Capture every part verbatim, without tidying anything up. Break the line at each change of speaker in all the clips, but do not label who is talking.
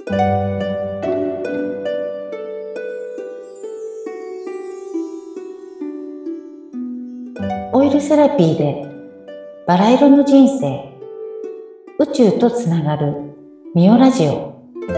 オイルセラピーでバラ色の人生、宇宙とつながるミオラジオ。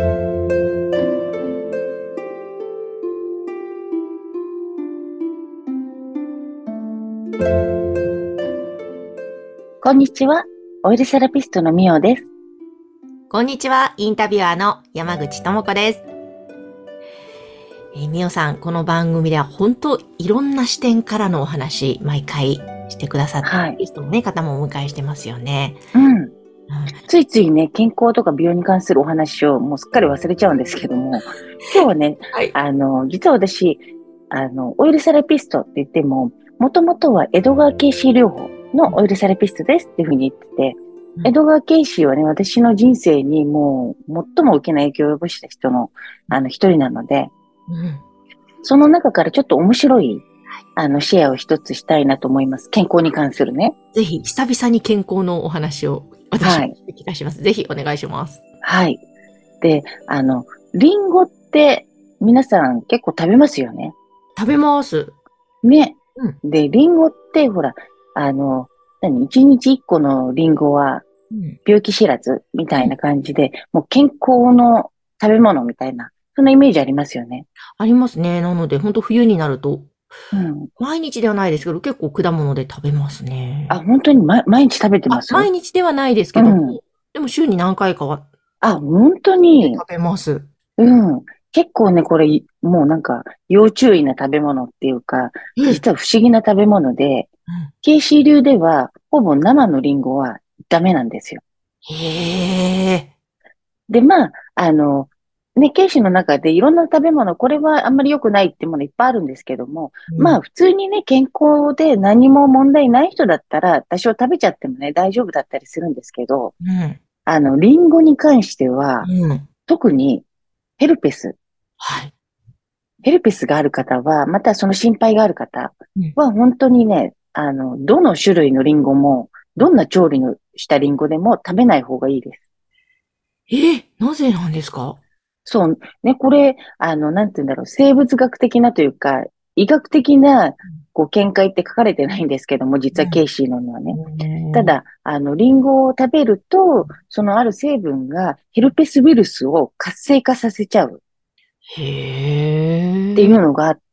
こんにちは、オイルセラピストのミオです。
こんにちは、インタビュアーの山口智子です。えー、ミオさん、この番組では本当いろんな視点からのお話、毎回してくださって、
はい、
ゲストの、ね、方もお迎えしてますよね。
うん。
うん、
ついついね、健康とか美容に関するお話をもうすっかり忘れちゃうんですけども、今日はね、
はい、
あの、実は私、あの、オイルセラピストって言っても、もともとは江戸川慶子療法のオイルセラピストですっていうふうに言ってて、
うん、
江戸川慶子はね、私の人生にもう最も大きな影響を及ぼした人の、あの、一人なので、
うん、
その中からちょっと面白い、あの、シェアを一つしたいなと思います。健康に関するね。
ぜひ、久々に健康のお話を私も聞き出します。はい、ぜひお願いします。
はい。で、あの、リンゴって皆さん結構食べますよね。
食べます。
ね。
うん、
で、リンゴってほら、あの、何、一日一個のリンゴは
うん、
病気知らずみたいな感じで、もう健康の食べ物みたいな、そんなイメージありますよね。
ありますね。なので、本当冬になると、
うん。
毎日ではないですけど、結構果物で食べます
あ、
ね。
本当に、ま、毎日食べてま
あ、
す？
毎日ではないですけども、
うん。
でも週に何回かは
あ、本当に。
で食べます。
うん。結構ね、これ、もうなんか、要注意な食べ物っていうか、
うん。
実は不思議な食べ物で、ケイシー流では、ほぼ生のリンゴはダメなんですよ。
へえ。
で、まあ、あの、ね、ケイシーの中でいろんな食べ物、これはあんまり良くないってものいっぱいあるんですけども、
うん。
まあ、普通にね、健康で何も問題ない人だったら、多少食べちゃってもね、大丈夫だったりするんですけど、
うん。
あの、リンゴに関しては、
うん。
特にヘルペス、
はい。
ヘルペスがある方は、またその心配がある方
うん。
は、本当にね、あの、どの種類のリンゴも、どんな調理のしたリンゴでも食べない方がいいです。
ええ、なぜなんですか？
そう、ね、これ、あの、なんて言うんだろう、生物学的なというか、医学的な、こう、見解って書かれてないんですけども、実はケイシーのにはね。
うん。うん。
ただ、あの、リンゴを食べると、そのある成分がヘルペスウイルスを活性化させちゃう
へ
ってい
え。
うのがあって、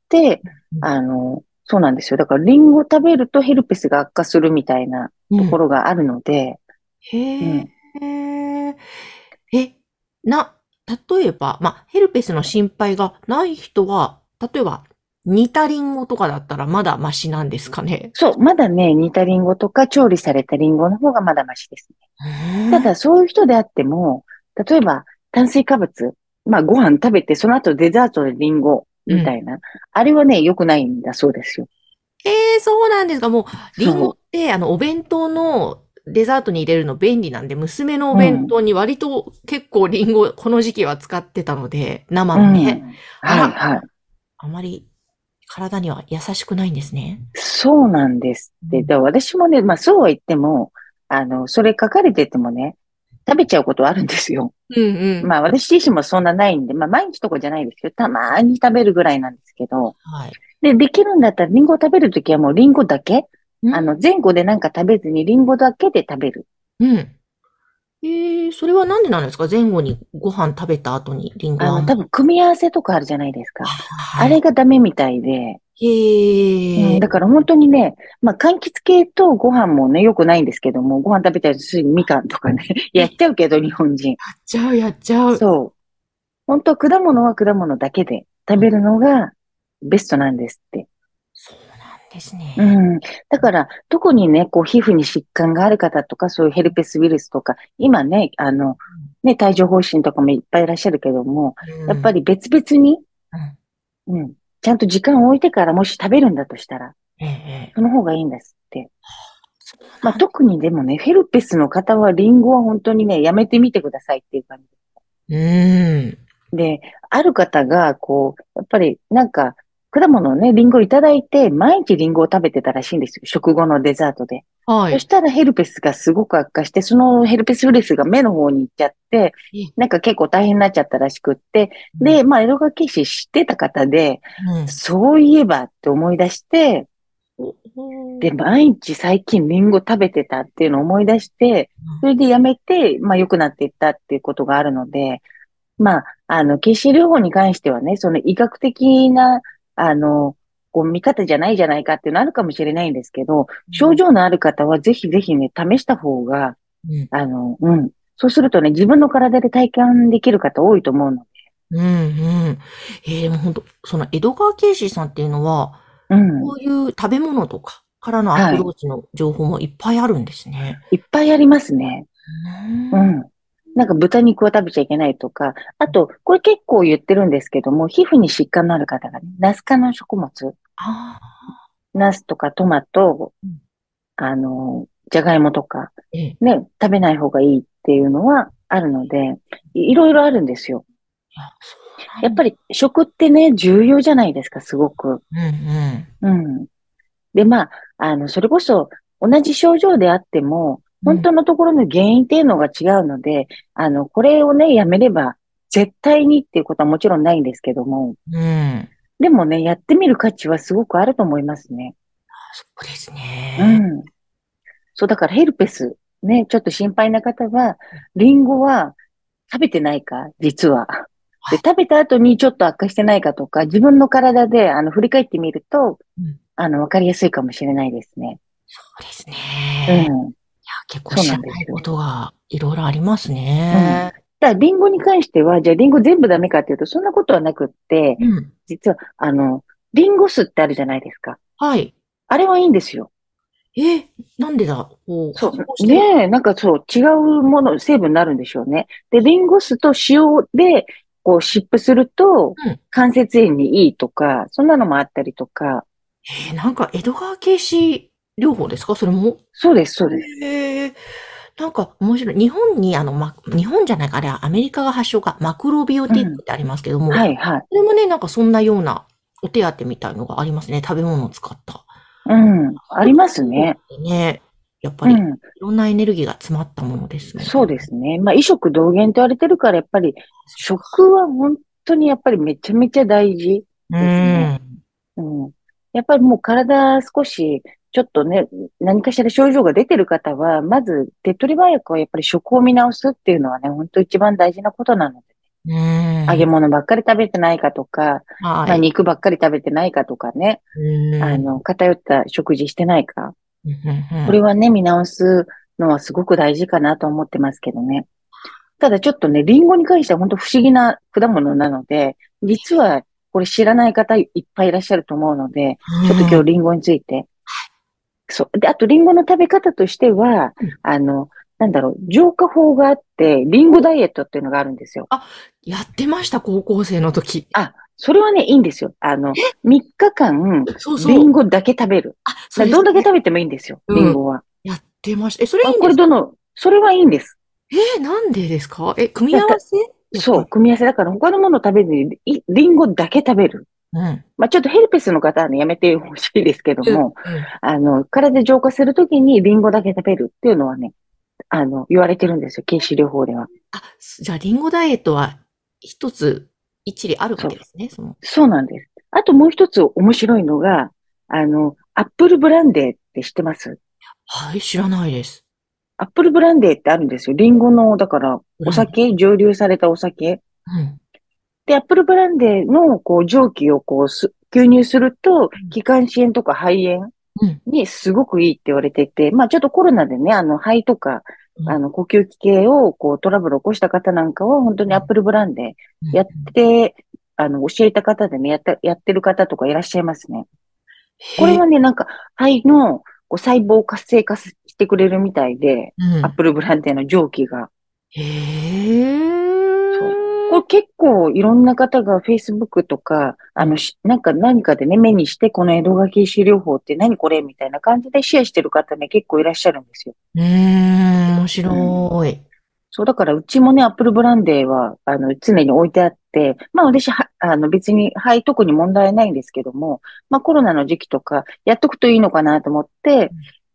あの、そうなんですよ。だから、リンゴを食べるとヘルペスが悪化するみたいなとこ
うん。
ろがあるので、う
へ
ん。
え。え、な、例えば、まあ、ヘルペスの心配がない人は、例えば、煮たリンゴとかだったらまだマシなんですかね？
そう、まだね、煮たリンゴとか調理されたリンゴの方がまだマシですね。
うーん。
ただ、そういう人であっても、例えば、炭水化物、まあ、ご飯食べて、その後デザートでリンゴ
うん。
みたいな、あれはね、良くないんだそうですよ。
ええ、そうなんですか。もう、リンゴっ
そ
て、あの、お弁当のデザートに入れるの便利なんで、娘のお
う。うん。
弁当に割と結構リンゴ、この時期は使ってたので、生
う
のね。
ん。
あら、
はい、はい。
あまり体には優しくないんですね。
そうなんですって。
うん。
で、私もね、まあ、そうは言っても、あの、それ書かれててもね、食べちゃうことはあるんですよ。
うんうん。
まあ、私自身もそんなないんで、まあ、毎日とかじゃないですけど、たまーに食べるぐらいなんですけど、
はい。
で、できるんだったらリンゴを食べるときはもうリンゴだけ、
うん。
あの、前後でなんか食べずにリンゴだけで食べる。
うん。ええ、それはなんでなんですか？前後にご飯食べた後にリンゴ
あの、
はあんまり。
多分組み合わせとかあるじゃないですか。あ
はい。
れがダメみたいで、うん、
へえ。
だから本当にね、まあ、柑橘系とご飯もね、良くないんですけども、ご飯食べたりすぐみかんとかね、
え、
やっ
やっ
ちゃうけど、日本人。
ちゃうやっちゃう。
そう。本当は果物は果物だけで食べるのがベストなんですって。
そうなんですね。
うん。だから、特にね、こう、皮膚に疾患がある方とか、そういうヘルペスウイルスとか、今ね、あの、ね、帯状疱疹とかもいっぱいいらっしゃるけども、
うん。
やっぱり別々に、
うん。
うん、ちゃんと時間を置いてからもし食べるんだとしたら、
ええええ。
その方がいいんですって。
そう
まあ、
なんで
特にでもね、ヘルペスの方はリンゴは本当にね、やめてみてくださいっていう感じ。
うーん。
で、ある方が、こう、やっぱりなんか、果物をね、リンゴいただいて、毎日リンゴを食べてたらしいんですよ。食後のデザートで。
はい。
そしたらヘルペスがすごく悪化して、そのヘルペスウイルスが目の方に行っちゃって、
え、
なんか結構大変になっちゃったらしくって、
うん。
で、まあ、江戸川慶史知ってた方で、
うん。
そういえばって思い出して、
お、お
で、
ー、
毎日最近リンゴ食べてたっていうのを思い出して、それでやめて、まあ良くなっていったっていうことがあるので、まあ、あの、消し療法に関してはね、その医学的な、あの、こう見方じゃないじゃないかっていうのあるかもしれないんですけど、症状のある方はぜひぜひね、試した方が、
うん。
あの、うん。そうするとね、自分の体で体感できる方多いと思うの。
うん、うん。えー、でも本当、その江戸川慶史さんっていうのは、
うん。
こういう食べ物とかからのア
はい。
プローチの情報もいっぱいあるんですね。
いっぱいありますね。
うーん。
うん。なんか豚肉は食べちゃいけないとか、あと、これ結構言ってるんですけども、皮膚に疾患のある方がね、ナス科の食物、
ああ。
ナスとかトマト、
うん。
あの、じゃがいもとか、
ええ。
ね、食べない方がいいっていうのはあるので、いいろいろあるんですよ。
いや、そうなんだ。
やっぱり食ってね、重要じゃないですか、すごく。
うん、うん。
うん。で、まあ、あの、それこそ同じ症状であっても、
うん、
本当のところの原因っていうのが違うので、あの、これをね、やめれば絶対にっていうことはもちろんないんですけども、
うん。
でもね、やってみる価値はすごくあると思いますね。
そうです
う
ね。
ん。そう、だからヘルペス、ね、ちょっと心配な方は、リンゴは食べてないか、実は。で、
はい。
食べた後にちょっと悪化してないかとか、自分の体で、あの、振り返ってみると、
うん。
あの、わかりやすいかもしれないですね。
そうです
う
ね。
ん。
いや、結構
そう
知
なんです。
らないことがいろいろあります
うん。
ね。
だから、リンゴに関しては、じゃあ、リンゴ全部ダメかっていうと、そんなことはなくって、
うん。
実は、あの、リンゴ酢ってあるじゃないですか。
はい。
あれはいいんですよ。
え、なんでだこう、
そ
発酵し
う。
てる。
ねえ、なんかそう、違うもの、成分になるんでしょうね。で、リンゴ酢と塩で、こう、湿布すると、
うん。
関節炎にいいとか、そんなのもあったりとか、
えー、なんか江戸川慶史療法ですかそれも？
そうです、そうです。
へえ。なんか面白い。日本にあの、ま、日本じゃないか、あれはアメリカが発祥か、マクロビオ
うん。
ティックってありますけども、
はい、はい。
それもね、なんかそんなようなお手当みたいのがありますね。食べ物を使った。
うん。ありますね。
ね、やっぱり、
うん。
いろんなエネルギーが詰まったものですもん
そう
ね。
ですね。まあ、医食同源と言われてるから、やっぱり、
そっか。
食は本当にやっぱりめちゃめちゃ大事
う
ですね。
ーん。
うん。やっぱりもう体少し、ちょっとね、何かしら症状が出てる方は、まず手っ取り早くはやっぱり食を見直すっていうのはね、本当一番大事なことなので、
うーん。
揚げ物ばっかり食べてないかとか、まあ
はい。
肉ばっかり食べてないかとかね、
うーん。
あの、偏った食事してないか。
うんうんうん。
これはね、見直すのはすごく大事かなと思ってますけどね。ただちょっとね、リンゴに関しては本当不思議な果物なので、実はこれ知らない方いっぱいいらっしゃると思うので、ちょっと
うーん。
今日リンゴについて。そう。で、あとリンゴの食べ方としては、
うん。
あの、なんだろう、浄化法があって、リンゴダイエットっていうのがあるんですよ。
あ、やってました、高校生の時。
あ、それはね、いいんですよ。あの、みっかかん、
そうそう。
リンゴだけ食べる。
あ、そ
だ
れそれ。
どんだけ食べてもいいんですよ、リ
うん。
ンゴは。
やってました。え、それい
あ、
いんですか？
これどの、それはいいんです。
えー、なんでですか？え、組み
だた
合わせ？やっ
そう、
ぱり。
組み合わせだから他のもの食べずに、いリンゴだけ食べる。
うん。
まあ、ちょっとヘルペスの方はね、やめてほしいですけど
うん、
も、
うん。
あの、体浄化するときにリンゴだけ食べるっていうのはね、あの、言われてるんですよ、軽視療法では。
あ、すじゃあ、リンゴダイエットは一つ、一理あるわ
そう、
けですね、その。
そうなんです。あともう一つ面白いのが、あの、アップルブランデーって知ってます？
はい、知らないです。
アップルブランデーってあるんですよ。リンゴの、だから、お
ブランド。
酒、蒸留されたお酒。
うん。
で、アップルブランデーの、こう、蒸気をこうす、吸入すると、
うん。
気管支炎とか肺炎
うん。
にすごくいいって言われてて、まあちょっとコロナでね、あの肺とか、
うん。
あの呼吸器系をこうトラブルを起こした方なんかは本当にアップルブランデー
うん。
やっ
うん。
て、あの教えた方でね、やった、やってる方とかいらっしゃいますね。こ
へえ。
れはね、なんか肺のこう細胞を活性化してくれるみたいで、
うん。
アップルブランデーの蒸気が。
へ
そう。これ
え。
結構いろんな方が Facebook とか、
うん。
あのし、なんか何かでね、目にして、この江戸川慶歯療法って何これみたいな感じでシェアしてる方ね、結構いらっしゃるんですよ。
うーん、面
うん。
白い。
そう、だからうちもね、アップルブランデーは、あの、常に置いてあって、まあ私は、あの別に、はい、特に問題ないんですけども、まあコロナの時期とか、やっとくといいのかなと思って、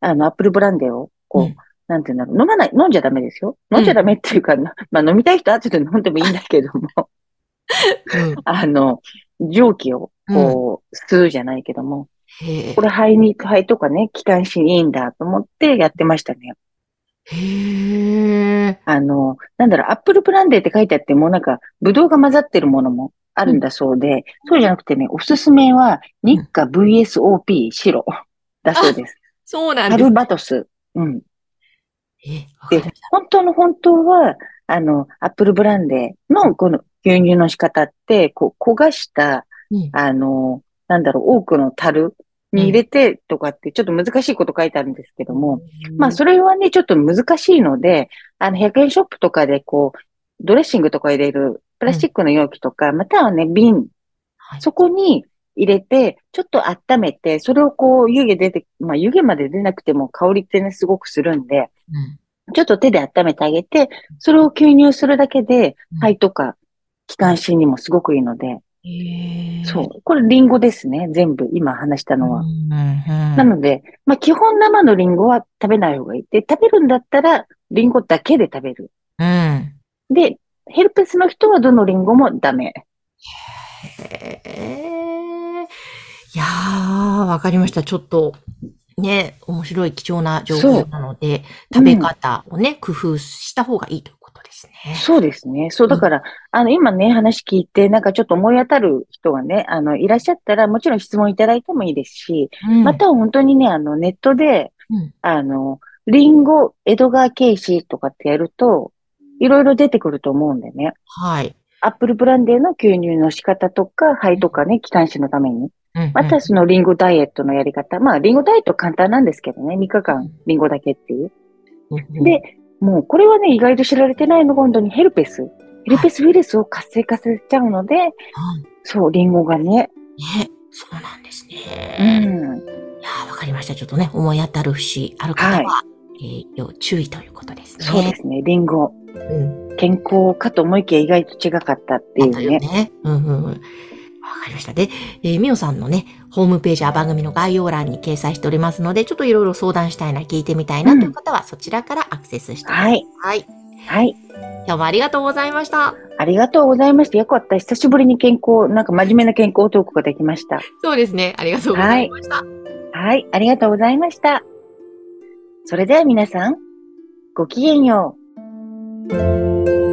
あの、アップルブランデーを、こう、
うん。
なんていうんだろう、飲まない、飲んじゃダメですよ。飲んじゃ
うん。
ダメっていうか、なまあ飲みたい人は後で飲んでもいいんだけども、
うん。
あの、蒸気を、
うん。
こう、吸うじゃないけども、
へ
これ
え。
肺に、肺とかね、気管支にいいんだと思ってやってましたね。
へえ。
あの、なんだろう、アップルブランデーって書いてあって、もうなんか、ブドウが混ざってるものもあ
うん。
るんだそうで、そうじゃなくてね、おすすめは、
うん。
日課 ブイエスオーピー 白だそう
あ、
です。
そうなん
カル
ですね。
バトス。うん。
え、わかりま
で、
した。
本当の本当は、あの、アップルブランデーのこの牛乳の仕方って、こう、焦がした、
うん。
あの、なんだろう、多くの樽に入
うん。
れてとかって、ちょっと難しいこと書いてあるんですけども、まあ、
うん。
それはね、ちょっと難しいので、あの、ひゃくえんショップとかで、こう、ドレッシングとか入れるプ
うん。
ラスチックの容器とか、またはね、瓶、
はい。
そこに入れて、ちょっと温めて、それをこう、湯気出て、まあ、湯気まで出なくても香りってね、すごくするんで、
うん。
ちょっと手で温めてあげて、それを吸入するだけで、
うん。
肺とか気
うん。
管支にもすごくいいので、
へえ。
そう。これリンゴですね。全部今話した
う
のは。
ん。うん。
なので、まあ基本生のリンゴは食べない方がいい。で、食べるんだったら、リンゴだけで食べる。
うん。
で、ヘルペスの人はどのリンゴもダメ。
へえ。いやー、わかりました。ちょっと、ね、面白い貴重な情報
そ
なので、
う。
食べ
うん。
方をね、工夫した方がいいということですね。
そうですね。そう、
うん。
だから、あの、今ね、話聞いて、なんかちょっと思い当たる人がね、あの、いらっしゃったら、もちろん質問いただいてもいいですし、
うん。
または本当にね、あの、ネットで、
うん。
あの、リンゴ、江戸川慶子とかってやると、いろいろ出てくると思うんでね。
はい。
アップルブランデーの吸入の仕方とか、肺とかね、気管支のために。
うん。
またはそのリンゴダイエットのやり方。まあ、リンゴダイエット簡単なんですけどね。みっかかんリンゴだけっていう。
うん。うん。
で、もうこれはね、意外と知られてないのが本当にヘルペス。ヘル
はい。
ペスウイルスを活性化させちゃうので、
はい。
そう、リンゴがね。
ね、そうなんです
う
ね。
ん。
いやー、わかりました。ちょっとね、思い当たる節ある方
はい。
は、えー要注意ということですね。
そうですね。リンゴ。
うん。
健康かと思いきや意外と違かったって
だったよ
いうね。
ね。うんうんうん。わかりました。で、えーみおさんのね、ホームページは番組の概要欄に掲載しておりますので、ちょっといろいろ相談したいな、聞いてみたいなという
うん。
方は、そちらからアクセスしてくだ
はい。
さい。
はい。
今日もありがとうございました。
ありがとうございました。よかった。久しぶりに健康、なんか真面目な健康トークができました。
そうですね。ありがとうござ
はい。
いました。
はい。ありがとうございました。それでは皆さん、ごきげんよう。